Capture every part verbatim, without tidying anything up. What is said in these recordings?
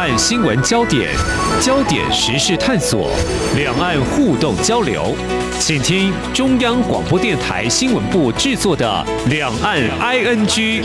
岸新闻焦点，焦点时事探索，两岸互动交流，请听中央广播电台新闻部制作的《两岸 I N G》。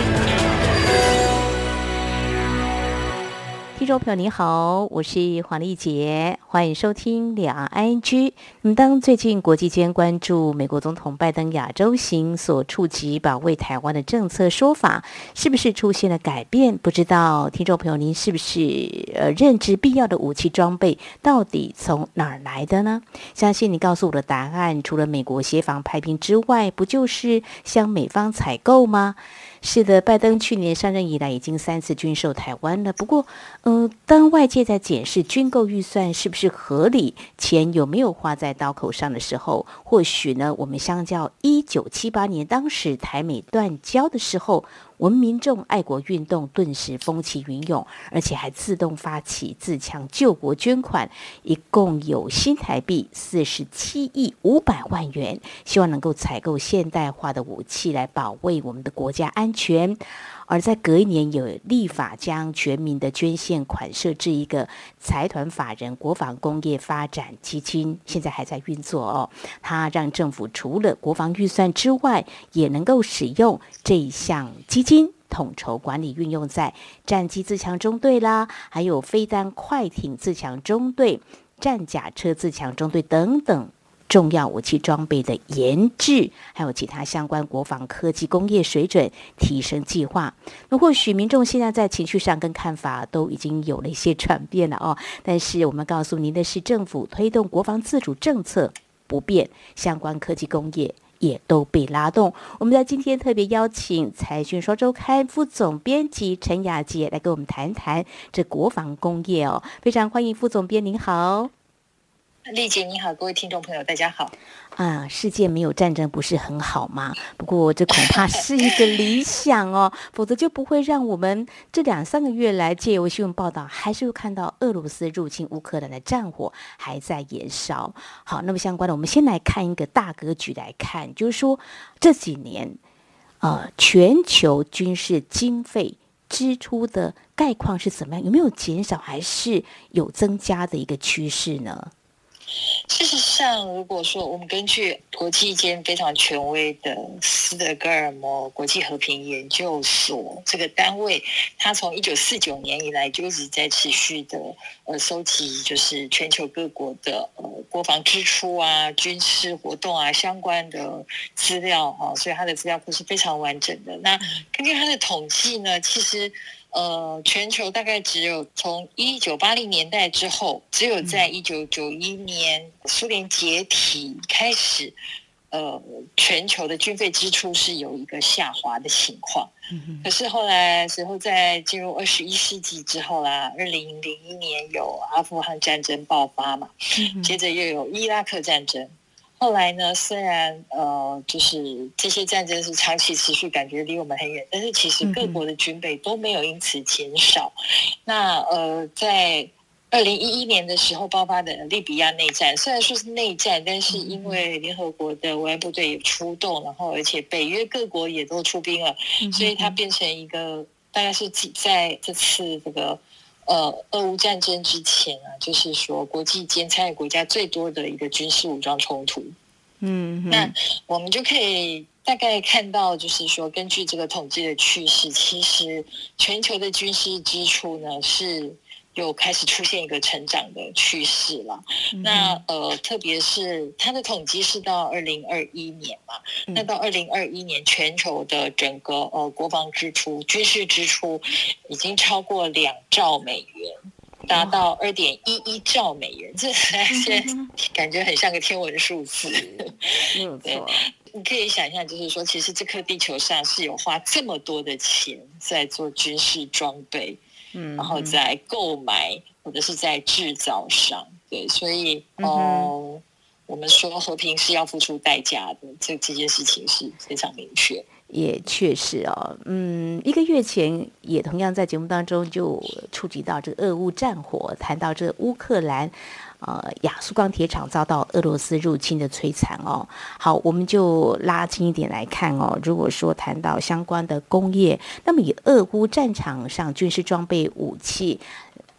听众朋友你好，我是黄丽杰，欢迎收听两岸 I N G。那么当最近国际间关注美国总统拜登亚洲行所触及保卫台湾的政策说法是不是出现了改变，不知道听众朋友您是不是呃认知必要的武器装备到底从哪儿来的呢？相信你告诉我的答案，除了美国协防派兵之外，不就是向美方采购吗？是的，拜登去年上任以来已经三次军售台湾了。不过，嗯、呃，当外界在检视军购预算是不是合理，钱有没有花在刀口上的时候，或许呢，我们相较一九七八年当时台美断交的时候，我们民众爱国运动顿时风起云涌，而且还自动发起自强救国捐款，一共有新台币四十七亿五百万元，希望能够采购现代化的武器来保卫我们的国家安全。而在隔一年有立法将全民的捐献款设置一个财团法人国防工业发展基金，现在还在运作哦。它让政府除了国防预算之外，也能够使用这一项基金统筹管理，运用在战机自强中队啦，还有飞弹快艇自强中队、战甲车自强中队等等重要武器装备的研制，还有其他相关国防科技工业水准提升计划。那或许民众现在在情绪上跟看法都已经有了一些转变了哦，但是我们告诉您的是，政府推动国防自主政策不变，相关科技工业也都被拉动。我们在今天特别邀请财讯双周刊副总编辑陈雅洁来跟我们谈谈这国防工业哦，非常欢迎副总编，您好。 丽姐你好，各位听众朋友大家好。 啊，世界没有战争不是很好吗？不过这恐怕是一个理想哦，否则就不会让我们这两三个月来借由新闻报道，还是会看到俄罗斯入侵乌克兰的战火还在延烧。好，那么相关的，我们先来看一个大格局来看，就是说这几年，呃，全球军事经费支出的概况是怎么样？有没有减少，还是有增加的一个趋势呢？ 事实上，如果说我们根据国际间非常权威的斯德哥尔摩国际和平研究所这个单位，它从一九四九年以来就一直在持续的呃收集，就是全球各国的呃国防支出啊、军事活动啊相关的资料啊，所以它的资料库是非常完整的。那根据它的统计呢，其实。呃，全球大概只有从一九八零年代之后，只有在一九九一年苏联解体开始，呃，全球的军费支出是有一个下滑的情况。可是后来时候在进入二十一世纪之后啦，二零零一年有阿富汗战争爆发嘛，接着又有伊拉克战争。后来呢，虽然呃，就是这些战争是长期持续，感觉离我们很远，但是其实各国的军备都没有因此减少。那呃，在二零一一年的时候爆发的利比亚内战，虽然说是内战，但是因为联合国的维安部队也出动，然后而且北约各国也都出兵了，所以它变成一个大概是在这次这个。呃，俄乌战争之前啊，就是说国际间参与国家最多的一个军事武装冲突。嗯，那我们就可以大概看到，就是说根据这个统计的趋势，其实全球的军事支出呢是有开始出现一个成长的趋势了。嗯、那呃，特别是它的统计是到二零二一年嘛，嗯、那到二零二一年全球的整个呃国防支出、军事支出已经超过两兆美元。达到二点一一兆美元，这现在感觉很像个天文数字。 没有错， 你可以想象，就是说，其实这颗地球上是有花这么多的钱在做军事装备，嗯，然后在购买或者是在制造上，对，所以哦、呃，我们说和平是要付出代价的，这这件事情是非常明确。 也确实哦，嗯，一个月前也同样在节目当中就触及到这个俄乌战火，谈到这个乌克兰呃亚速钢铁厂遭到俄罗斯入侵的摧残哦。好，我们就拉近一点来看哦。如果说谈到相关的工业，那么以俄乌战场上军事装备武器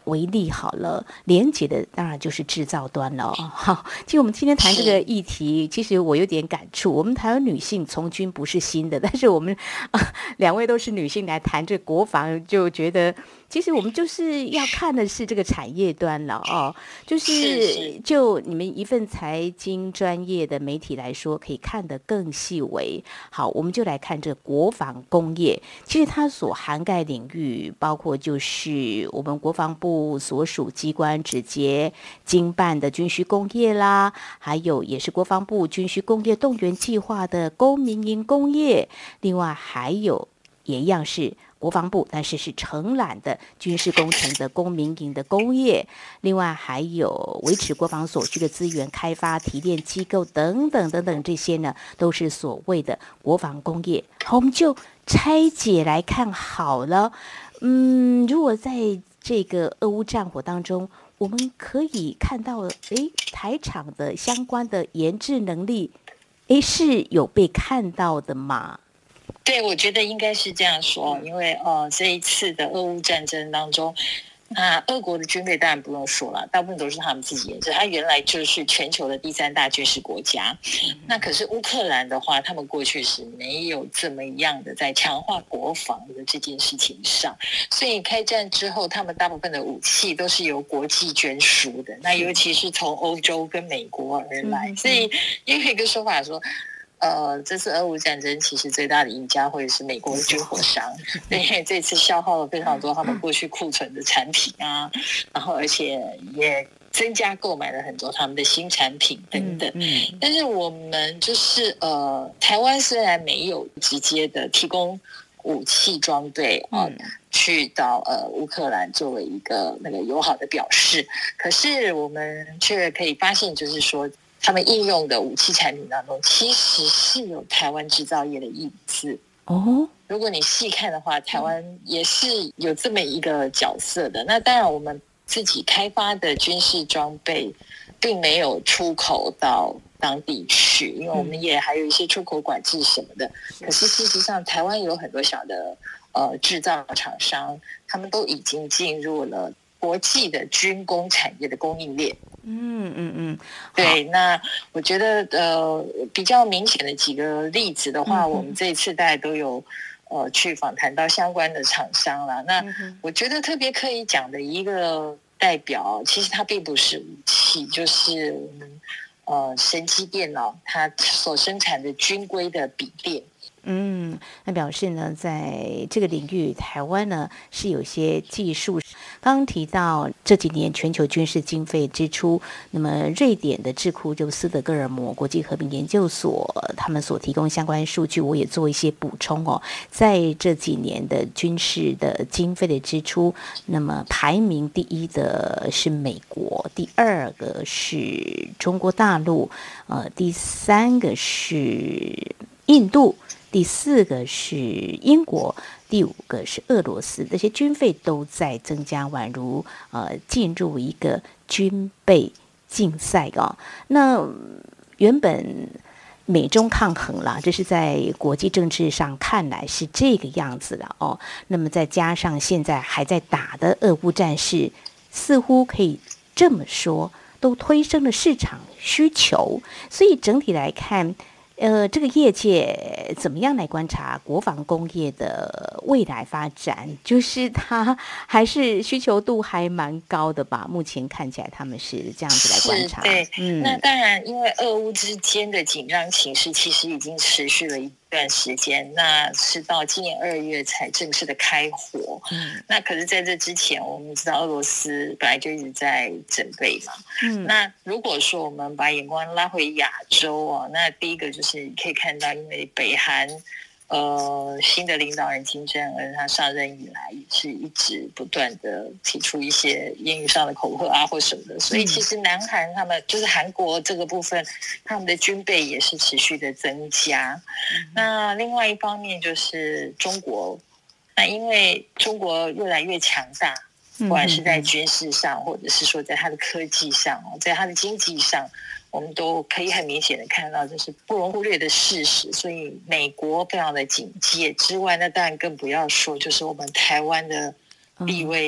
为例好了，连结的当然就是制造端了。好，其实我们今天谈这个议题，其实我有点感触。我们台湾女性从军不是新的，但是我们、呃、两位都是女性来谈这国防，就觉得其实我们就是要看的是这个产业端了哦。就是就你们一份财经专业的媒体来说，可以看得更细微。好，我们就来看这个国防工业，其实它所涵盖领域包括就是我们国防部所属机关直接经办的军需工业啦，还有也是国防部军需工业动员计划的公民营工业，另外还有也一样是国防部，但是是承揽的军事工程的公民营的工业，另外还有维持国防所需的资源开发提炼机构等等等等，这些呢都是所谓的国防工业。好，我们就拆解来看好了。嗯，如果在这个俄乌战火当中，我们可以看到，诶，台厂的相关的研制能力，诶，是有被看到的吗？ 对，我觉得应该是这样说，因为呃，这一次的俄乌战争当中，那俄国的军备当然不用说了，大部分都是他们自己研制，它原来就是全球的第三大军事国家。那可是乌克兰的话，他们过去是没有这么样的在强化国防的这件事情上，所以开战之后，他们大部分的武器都是由国际捐输的，那尤其是从欧洲跟美国而来，所以因为一个说法说，呃，这次俄乌战争其实最大的赢家会是美国的军火商，因为这次消耗了非常多他们过去库存的产品啊，然后而且也增加购买了很多他们的新产品等等。嗯嗯、但是我们就是呃，台湾虽然没有直接的提供武器装备啊、呃，去到呃乌克兰作为一个那个友好的表示，可是我们却可以发现，就是说，他们应用的武器产品当中，其实是有台湾制造业的影子哦。如果你细看的话，台湾也是有这么一个角色的。那当然，我们自己开发的军事装备，并没有出口到当地去，因为我们也还有一些出口管制什么的。可是事实上，台湾有很多小的呃制造厂商，他们都已经进入了国际的军工产业的供应链。嗯嗯嗯，对，那我觉得呃比较明显的几个例子的话，嗯、我们这一次大家都有呃去访谈到相关的厂商啦。那我觉得特别可以讲的一个代表，其实它并不是武器，就是我们呃神机电脑它所生产的军规的笔电。 嗯，那表示呢，在这个领域，台湾呢是有些技术。刚刚提到这几年全球军事经费支出，那么瑞典的智库就斯德哥尔摩国际和平研究所，他们所提供相关数据，我也做一些补充哦。在这几年的军事的经费的支出，那么排名第一的是美国，第二个是中国大陆，呃，第三个是印度。第四个是英国，第五个是俄罗斯，这些军费都在增加，宛如呃进入一个军备竞赛哦。那原本美中抗衡啦，这是在国际政治上看来是这个样子了哦。那么再加上现在还在打的俄乌战事，似乎可以这么说，都推升了市场需求，所以整体来看。呃，这个业界怎么样来观察国防工业的未来发展？就是它还是需求度还蛮高的吧？目前看起来他们是这样子来观察。 对，嗯，那当然，因为俄乌之间的紧张情势其实已经持续了一段时间，那是到今年二月才正式的开火。嗯，那可是在这之前，我们知道俄罗斯本来就一直在准备嘛。嗯，那如果说我们把眼光拉回亚洲哦，那第一个就是。是可以看到，因为北韩呃新的领导人金正恩他上任以来也是一直不断的提出一些言语上的恐吓啊或什么的，所以其实南韩他们就是韩国这个部分，他们的军备也是持续的增加。嗯、那另外一方面就是中国，那因为中国越来越强大，不管是在军事上，或者是说在它的科技上，在它的经济上。我们都可以很明显的看到，这是不容忽略的事实。所以美国非常的警戒之外，那当然更不要说，就是我们台湾的地位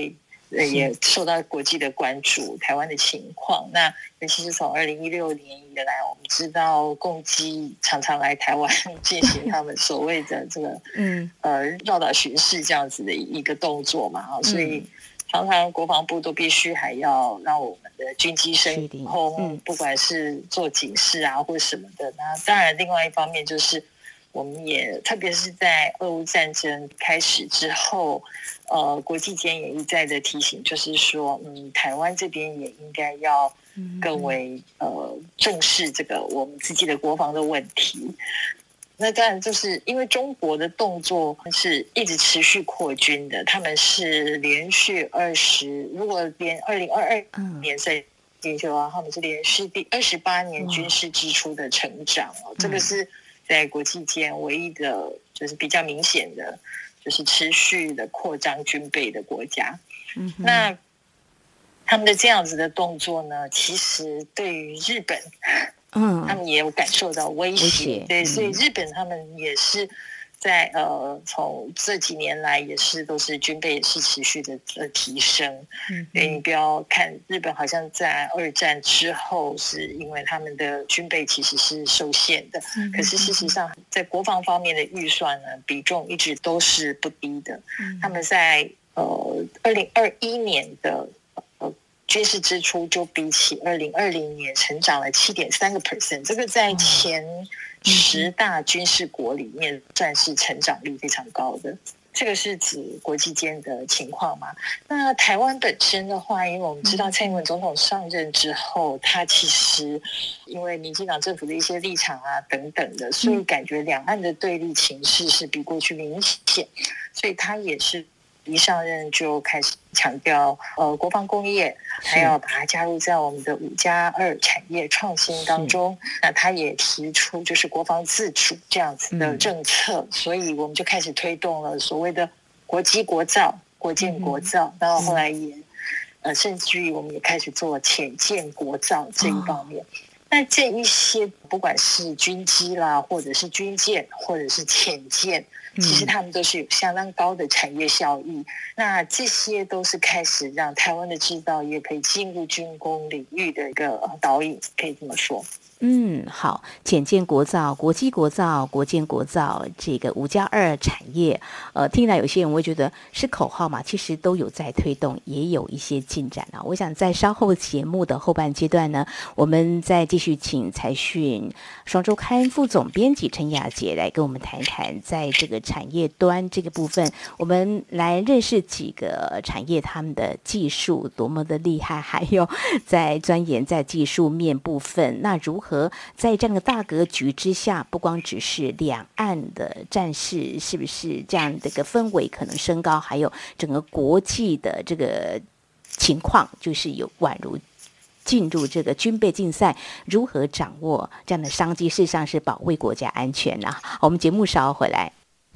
呃，也受到国际的关注台湾的情况。那尤其是从二零一六年以来，我们知道共机常常来台湾进行他们所谓的这个嗯呃绕岛巡视这样子的一个动作嘛，啊，所以常常国防部都必须还要让我们的军机升空，嗯，不管是做警示啊或什么的。那当然，另外一方面就是。我们也特别是在俄乌战争开始之后，呃，国际间也一再的提醒，就是说，嗯，台湾这边也应该要更为呃重视这个我们自己的国防的问题。那当然就是因为中国的动作是一直持续扩军的，他们是连续二十，如果连二零二二年在研究啊，他们是连续第二十八年军事支出的成长哦，这个是。在国际间唯一的就是比较明显的就是持续的扩张军备的国家，嗯，那他们的这样子的动作呢，其实对于日本，嗯，他们也有感受到威胁，对，所以日本他们也是在呃从这几年来也是都是军备也是持续的呃提升，嗯，所以你不要看日本好像在二战之后是因为他们的军备其实是受限的，嗯，可是事实上在国防方面的预算呢比重一直都是不低的，嗯，他们在呃二零二一年的呃军事支出就比起二零二零年成长了七点三个 percent， 这个在前。十大军事国里面算是成长率非常高的，这个是指国际间的情况嘛。那台湾本身的话，因为我们知道蔡英文总统上任之后，他其实因为民进党政府的一些立场啊等等的，所以感觉两岸的对立情势是比过去明显，所以他也是一上任就开始强调呃国防工业，还要把它加入在我们的五加二产业创新当中。那他也提出就是国防自主这样子的政策，嗯，所以我们就开始推动了所谓的国机国造、国建国造，然后后来也呃甚至于我们也开始做潜舰国造这一方面。哦，那这一些不管是军机啦，或者是军舰，或者是潜舰，其实他们都是有相当高的产业效益，那这些都是开始让台湾的制造业可以进入军工领域的一个导引，可以这么说。 嗯，好，潜舰国造、国机国造、国建国造，这个五加二产业，呃，听来有些人会觉得是口号嘛，其实都有在推动，也有一些进展啊。我想在稍后节目的后半阶段呢，我们再继续请财讯双周刊副总编辑陈雅洁来跟我们谈一谈，在这个产业端这个部分，我们来认识几个产业他们的技术多么的厉害，还有在钻研在技术面部分，那如何和在这样的大格局之下，不光只是两岸的战事是不是这样的一个氛围可能升高，还有整个国际的这个情况，就是有宛如进入这个军备竞赛，如何掌握这样的商机，事实上是保卫国家安全啊。我们节目稍后回来。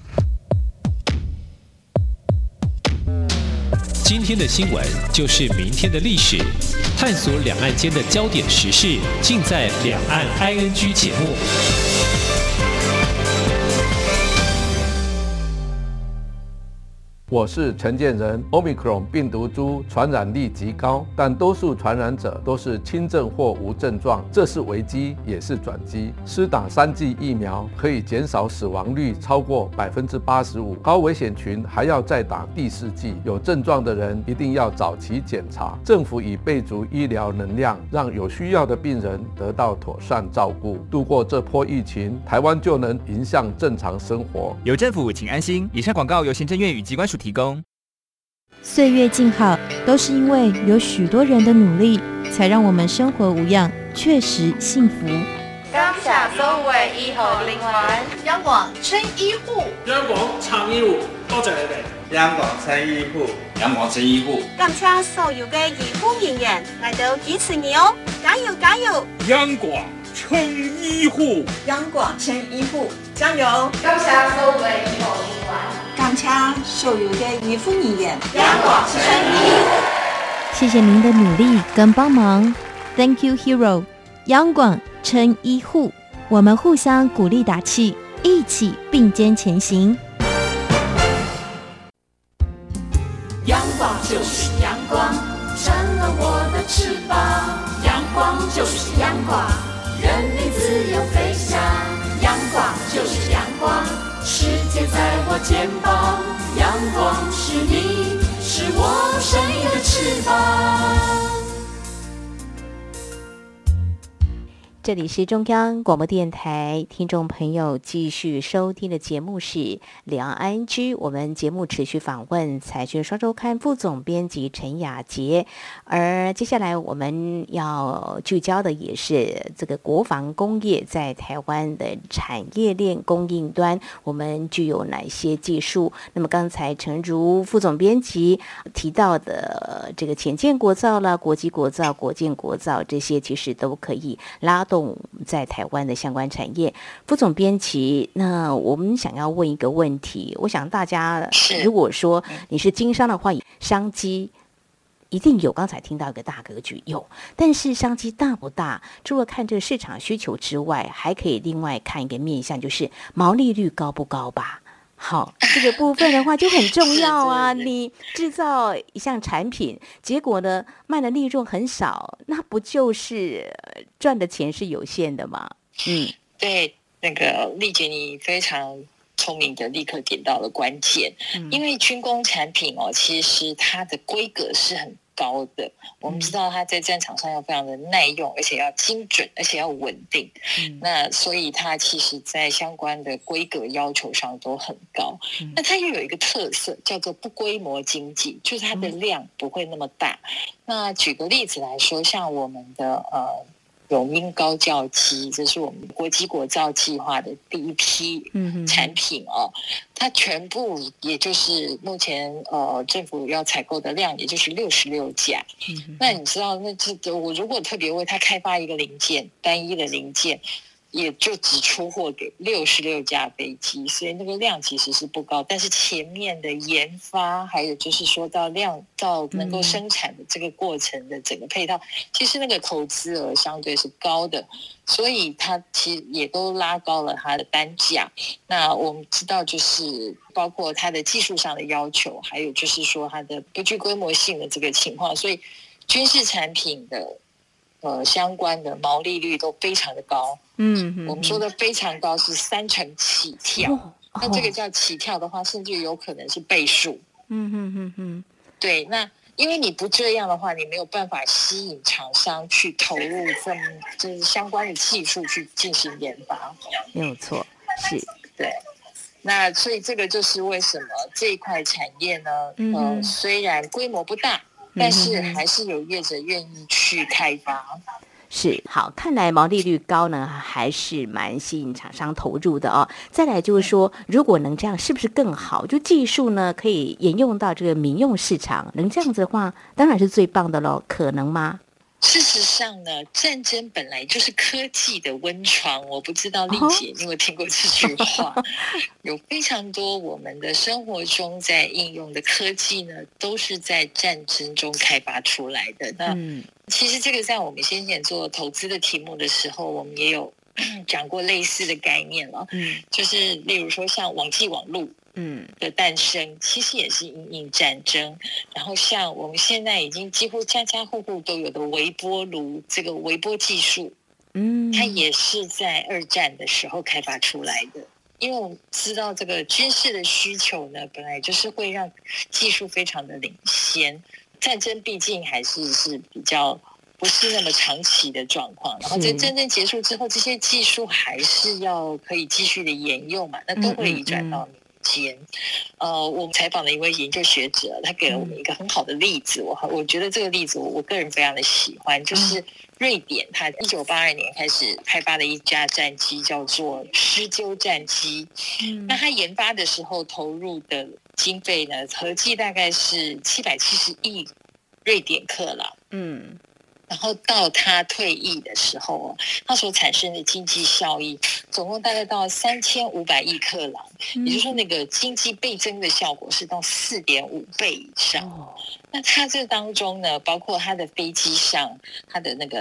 今天的新闻就是明天的历史，探索两岸间的焦点时事，尽在《两岸 I N G》节目。 我是陈建仁。 Omicron 病毒株传染力极高，但多数传染者都是轻症或无症状，这是危机也是转机。施打三剂疫苗可以减少死亡率超过百分之八十五，高危险群还要再打第四剂。有症状的人一定要早期检查。政府已备足医疗能量，让有需要的病人得到妥善照顾。度过这波疫情，台湾就能迎向正常生活。 有政府，请安心。以上广告由行政院与疾管署提供。 岁月静好，都是因为有许多人的努力，才让我们生活无恙，确实幸福。 感谢所有醫護人員，央廣青醫護， 央廣撐醫護，多謝你哋。 央廣青醫護， 央廣青醫護， 感謝所有嘅醫護人員嚟到支持你哦，加油加油！ 央廣青醫護， 央廣青醫護，加油！感謝所有嘅醫護人員。感謝所有的醫護人員，央廣青醫護， 謝謝您的努力跟幫忙 ，Thank you, Hero。央廣青醫護，我們互相鼓勵打氣，一起並肩前行。 阳光就是阳光，成了我的翅膀。阳光就是阳光，任你自由飞翔。阳光就是阳光，世界在我肩膀。阳光是你，是我生命的翅膀。 这里是中央广播电台，听众朋友继续收听的节目是两岸 I N G， 我们节目持续访问财讯双周刊副总编辑陈雅洁，而接下来我们要聚焦的也是这个国防工业在台湾的产业链供应端，我们具有哪些技术？那么刚才陈如副总编辑提到的这个潜舰国造啦、国际国造、国建国造，这些其实都可以拉动在台湾的相关产业。副总编辑，那我们想要问一个问题，我想大家如果说你是经商的话，商机一定有，刚才听到一个大格局有，但是商机大不大？除了看这个市场需求之外，还可以另外看一个面向，就是毛利率高不高吧？好，这个部分的话就很重要啊。你制造一项产品，结果呢卖的利润很少，那不就是赚的钱是有限的吗？嗯， 对，那个丽姐你非常聪明的立刻点到了关键，嗯、因为军工产品哦，其实它的规格是很高的，我们知道它在战场上要非常的耐用，而且要精准，而且要稳定。嗯、那所以它其实在相关的规格要求上都很高。嗯、那它又有一个特色叫做不规模经济，就是它的量不会那么大。嗯、那举个例子来说，像我们的呃永鹰高教机，这是我们国际国造计划的第一批产品哦。它全部也就是目前呃政府要采购的量，也就是六十六架。嗯、那你知道，那这我如果特别为它开发一个零件，单一的零件，也就只出货给六十六架飞机，所以那个量其实是不高。但是前面的研发，还有就是说到量到能够生产的这个过程的整个配套，嗯、其实那个投资额相对是高的。所以它其实也都拉高了它的单价。那我们知道，就是包括它的技术上的要求，还有就是说它的不具规模性的这个情况，所以军事产品的呃相关的毛利率都非常的高。嗯，嗯我们说的非常高是三成起跳。哦、那这个叫起跳的话，甚至有可能是倍数。嗯嗯嗯嗯，对，那。因为你不这样的话，你没有办法吸引厂商去投入这么就是相关的技术去进行研发， 没有错，是对。那所以这个就是为什么这一块产业呢，嗯、呃，虽然规模不大，但是还是有业者愿意去开发。 是好，看来毛利率高呢，还是蛮吸引厂商投入的哦。再来就是说，如果能这样，是不是更好？就技术呢，可以沿用到这个民用市场，能这样子的话，当然是最棒的咯。可能吗？ 事实上呢，战争本来就是科技的温床。我不知道丽姐你有没有听过这句话？有非常多我们的生活中在应用的科技呢，都是在战争中开发出来的。那、嗯、其实这个在我们先前做投资的题目的时候，我们也有讲过类似的概念了。嗯，就是例如说像网际网路。嗯的诞生其实也是因应战争，然后像我们现在已经几乎家家户户都有的微波炉，这个微波技术，嗯，它也是在二战的时候开发出来的。因为我们知道这个军事的需求呢，本来就是会让技术非常的领先，战争毕竟还是是比较不是那么长期的状况，然后在战争结束之后，这些技术还是要可以继续的沿用嘛，那都会移转到民间。呃，我们采访的一位研究学者，他给了我们一个很好的例子，我我觉得这个例子我我个人非常的喜欢，就是瑞典，他一九八二年开始开发的一架战机叫做狮鹫战机。嗯，那他研发的时候投入的经费呢，合计大概是七百七十亿瑞典克朗。嗯。然后到他退役的时候，他所产生的经济效益总共大概到三千五百亿克朗，嗯、也就是说那个经济倍增的效果是到四点五倍以上。哦、那他这当中呢，包括他的飞机上，他的那个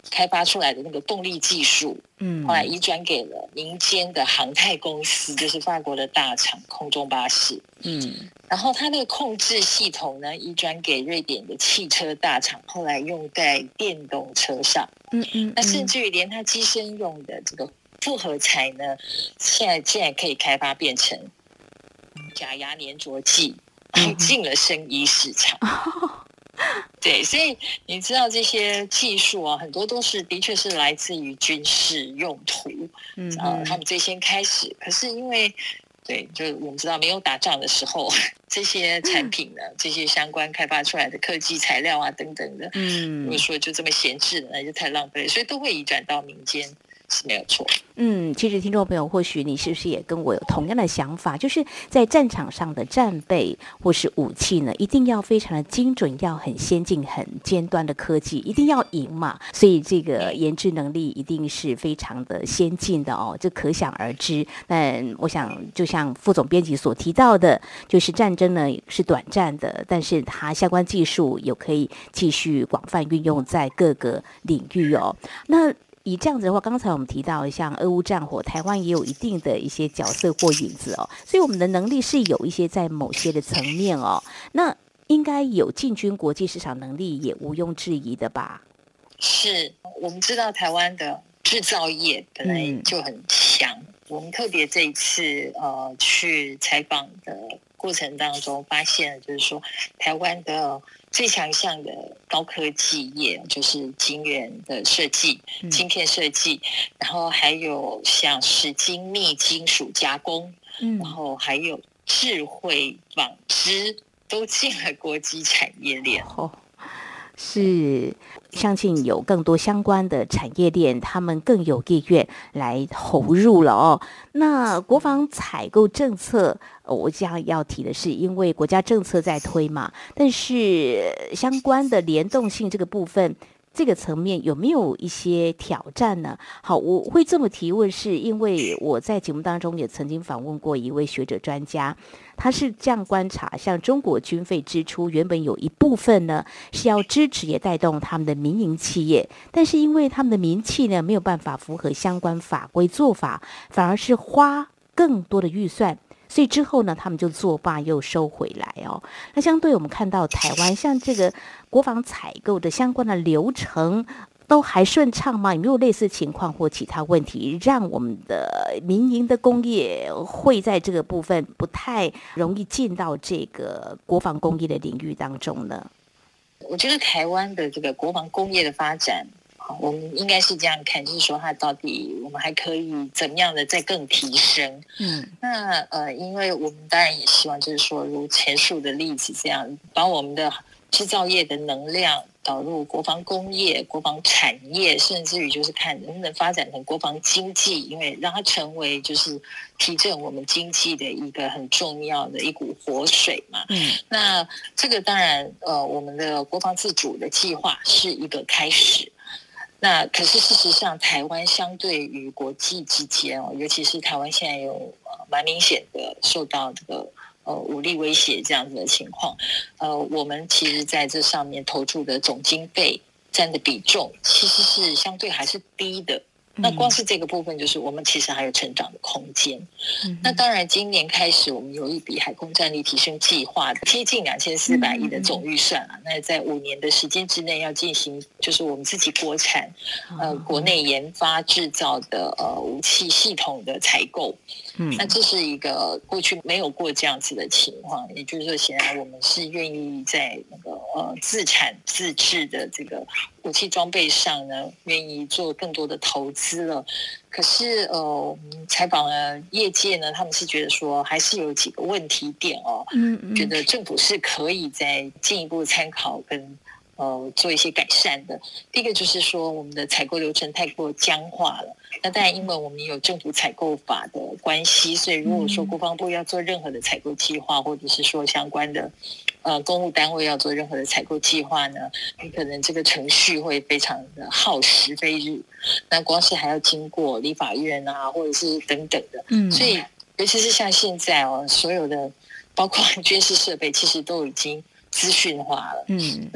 开发出来的那个动力技术， 嗯， 后来移转给了民间的航太公司，就是法国的大厂空中巴士， 嗯， 然后它那个控制系统呢，移转给瑞典的汽车大厂，后来用在电动车上， 嗯嗯， 那甚至于连它机身用的这个复合材呢，现在竟然可以开发变成假牙粘着剂，进了生医市场。对，所以你知道这些技术啊，很多都是的确是来自于军事用途，嗯，呃，他们最先开始，可是因为对，就我们知道没有打仗的时候，这些产品呢，这些相关开发出来的科技材料啊等等的，嗯，如果说就这么闲置了，那就太浪费了，所以都会移转到民间。是没有错。 嗯，其实听众朋友，或许你是不是也跟我有同样的想法，就是在战场上的战备或是武器呢，一定要非常的精准，要很先进、很尖端的科技，一定要赢嘛。所以这个研制能力一定是非常的先进的哦，这可想而知。那我想，就像副总编辑所提到的，就是战争呢是短暂的，但是它相关技术也可以继续广泛运用在各个领域哦。那以这样子的话，刚才我们提到像俄乌战火，台湾也有一定的一些角色或影子哦，所以我们的能力是有一些在某些的层面哦，那应该有进军国际市场能力，也毋庸置疑的吧？ 是，我们知道台湾的制造业本来就很强，嗯、我们特别这一次呃去采访的过程当中，发现就是说台湾的最强项的高科技业就是晶圆的设计、晶片设计，然后还有像是精密金属加工，嗯、然后还有智慧纺织，都进了国际产业链。 哦，是，相信有更多相关的产业链，他们更有意愿来投入了哦。那国防采购政策，我这样要提的是，因为国家政策在推嘛，但是相关的联动性这个部分，这个层面有没有一些挑战呢？好，我会这么提问，是因为我在节目当中也曾经访问过一位学者专家，他是这样观察，像中国军费支出原本有一部分呢是要支持也带动他们的民营企业，但是因为他们的民企呢没有办法符合相关法规做法，反而是花更多的预算，所以之后呢他们就作罢又收回来哦。那相对我们看到台湾像这个国防采购的相关的流程都还顺畅吗？有没有类似情况或其他问题，让我们的民营的工业会在这个部分不太容易进到这个国防工业的领域当中呢？ 我觉得台湾的这个国防工业的发展，我们应该是这样看，就是说它到底我们还可以怎么样的再更提升？嗯，那呃，因为我们当然也希望就是说，如前述的例子这样，把我们的制造业的能量导入国防工业、国防产业，甚至于就是看能不能发展成国防经济，因为让它成为就是提振我们经济的一个很重要的一股活水嘛。嗯，那这个当然呃，我们的国防自主的计划是一个开始。那可是事实上，台湾相对于国际之间哦，尤其是台湾现在有呃蛮明显的受到这个呃武力威胁这样子的情况，呃，我们其实在这上面投注的总经费占的比重其实是相对还是低的。那光是这个部分，就是我们其实还有成长的空间。嗯、那当然，今年开始我们有一笔海空战力提升计划的接近两千四百亿的总预算啊。嗯、那在五年的时间之内，要进行就是我们自己国产呃国内研发制造的呃武器系统的采购。嗯，那这是一个过去没有过这样子的情况，也就是说，显然我们是愿意在那个呃自产自制的这个武器装备上呢，愿意做更多的投资了。可是呃，我们采访了业界呢，他们是觉得说还是有几个问题点哦，嗯嗯，觉得政府是可以再进一步参考跟呃做一些改善的。第一个就是说，我们的采购流程太过僵化了。那当然，因为我们有政府采购法的关系，所以如果说国防部要做任何的采购计划，或者是说相关的呃公务单位要做任何的采购计划呢，你可能这个程序会非常的耗时非日。那光是还要经过立法院啊，或者是等等的，嗯，所以尤其是像现在哦，所有的包括军事设备，其实都已经资讯化了，嗯，那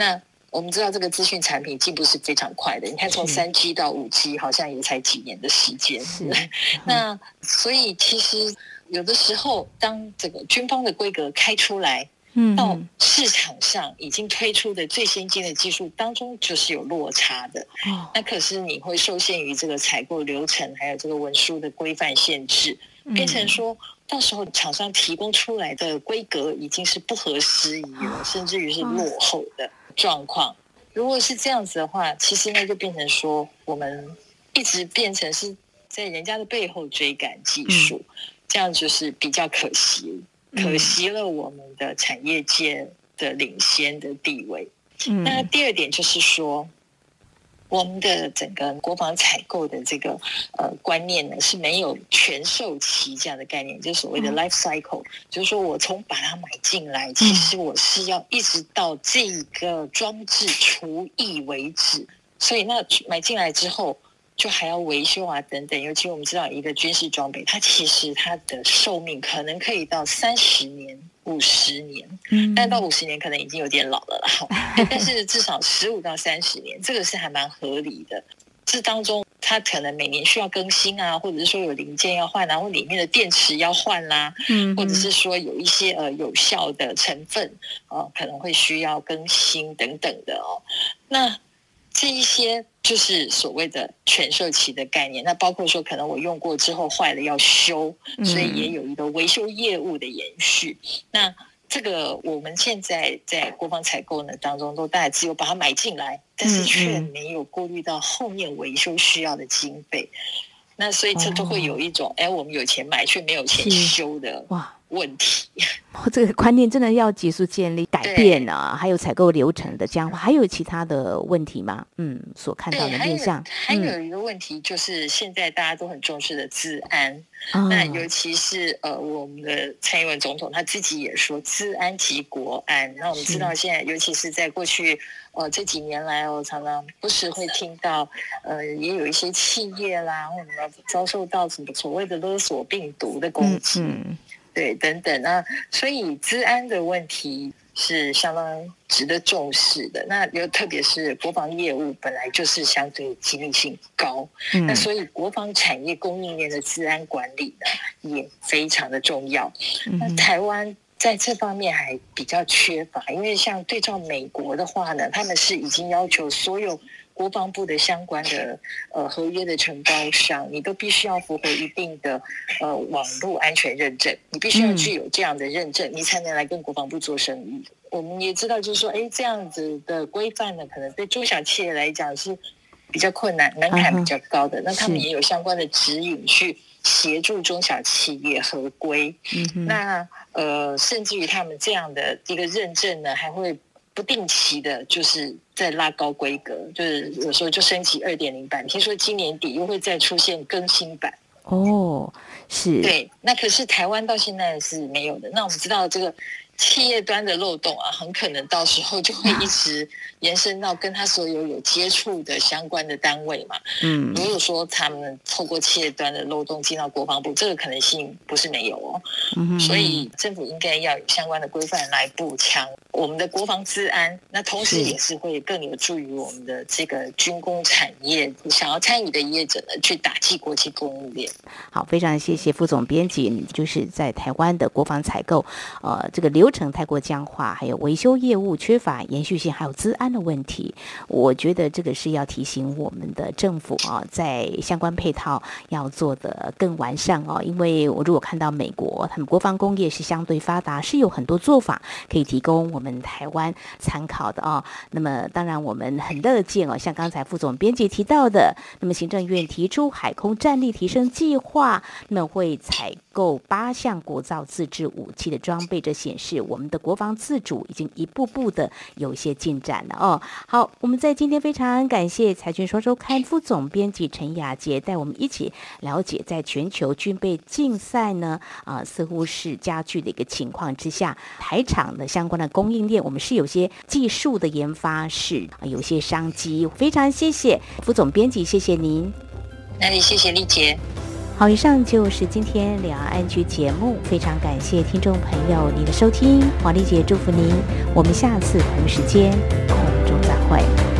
我们知道这个资讯产品进步是非常快的，你看从三 G 到五 G 好像也才几年的时间。是，那所以其实有的时候，当这个军方的规格开出来，嗯，到市场上已经推出的最先进的技术当中，就是有落差的。哦，那可是你会受限于这个采购流程，还有这个文书的规范限制，变成说到时候厂商提供出来的规格已经是不合时宜了，甚至于是落后的状况。如果是这样子的话，其实那就变成说我们一直变成是在人家的背后追赶技术，嗯，这样就是比较可惜，可惜了我们的产业界的领先的地位。嗯，那第二点就是说，我们的整个国防采购的这个呃观念呢是没有全售期这样的概念，就是所谓的 life cycle，嗯，就是说我从把它买进来，其实我是要一直到这个装置除役为止，所以那买进来之后就还要维修啊等等，尤其我们知道一个军事装备，它其实它的寿命可能可以到三十年、五十年，嗯，但到五十年可能已经有点老了啦。但是至少十五到三十年，这个是还蛮合理的。这当中，它可能每年需要更新啊，或者是说有零件要换啊，或里面的电池要换啦，啊，嗯，或者是说有一些呃有效的成分呃可能会需要更新等等的哦。那这一些就是所谓的全售期的概念，那包括说可能我用过之后坏了要修，所以也有一个维修业务的延续。嗯，那这个我们现在在国防采购呢当中都大概只有把它买进来，但是却没有顾虑到后面维修需要的经费。那所以这就会有一种哎，哦，我们有钱买却没有钱修的问题。 哇，这个观念真的要急速建立改变啊！还有采购流程的僵化，还有其他的问题吗？嗯，所看到的面向， 还有一个问题就是现在大家都很重视的治安，嗯，那尤其是呃我们的蔡英文总统他自己也说治安及国安。那我们知道现在尤其是在过去呃这几年来，我常常不时会听到呃也有一些企业啦，或者遭受到什么所谓的勒索病毒的攻击。嗯嗯，对，等等啊，所以治安的问题是相当值得重视的。那又特别是国防业务本来就是相对机密性高，嗯，那所以国防产业供应链的治安管理呢也非常的重要。嗯，那台湾在这方面还比较缺乏，因为像对照美国的话呢，他们是已经要求所有国防部的相关的呃合约的承包商，你都必须要符合一定的呃网络安全认证，你必须要具有这样的认证，嗯，你才能来跟国防部做生意。我们也知道，就是说，哎，这样子的规范呢，可能对中小企业来讲是比较困难，门槛比较高的。嗯，那他们也有相关的指引去协助中小企业合规。嗯，那呃，甚至于他们这样的一个认证呢，还会不定期的就是在拉高规格，就是有时候就升级 二点零 版，听说今年底又会再出现更新版。 哦，是。 对，那可是台湾到现在是没有的。那我们知道这个企业端的漏洞啊，很可能到时候就会一直延伸到跟他所有有接触的相关的单位嘛。嗯，如果说他们透过企业端的漏洞进到国防部，这个可能性不是没有哦。嗯，所以政府应该要有相关的规范来补强我们的国防治安，那同时也是会更有助于我们的这个军工产业想要参与的业者呢，去打击国际供应链。 好，非常谢谢副总编辑，你就是在台湾的国防采购，呃，这个流程太过僵化，还有维修业务缺乏延续性，还有资安的问题，我觉得这个是要提醒我们的政府啊，在相关配套要做得更完善哦。因为我如果看到美国，他们国防工业是相对发达，是有很多做法可以提供我们台湾参考的哦。那么当然我们很乐见哦，像刚才副总编辑提到的，那么行政院提出海空战力提升计划，那么会采购八项国造自制武器的装备，这显示我们的国防自主已经一步步的有一些进展了哦。好，我们在今天非常感谢财讯双周刊副总编辑陈雅洁带我们一起了解，在全球军备竞赛呢啊、呃、似乎是加剧的一个情况之下，台厂的相关的供应链，我们是有些技术的研发是、呃、有些商机。非常谢谢副总编辑，谢谢您。 那也谢谢丽姐。 好，以上就是今天两岸安居节目，非常感谢听众朋友您的收听，黄丽姐祝福您，我们下次同时间空中再会。 会。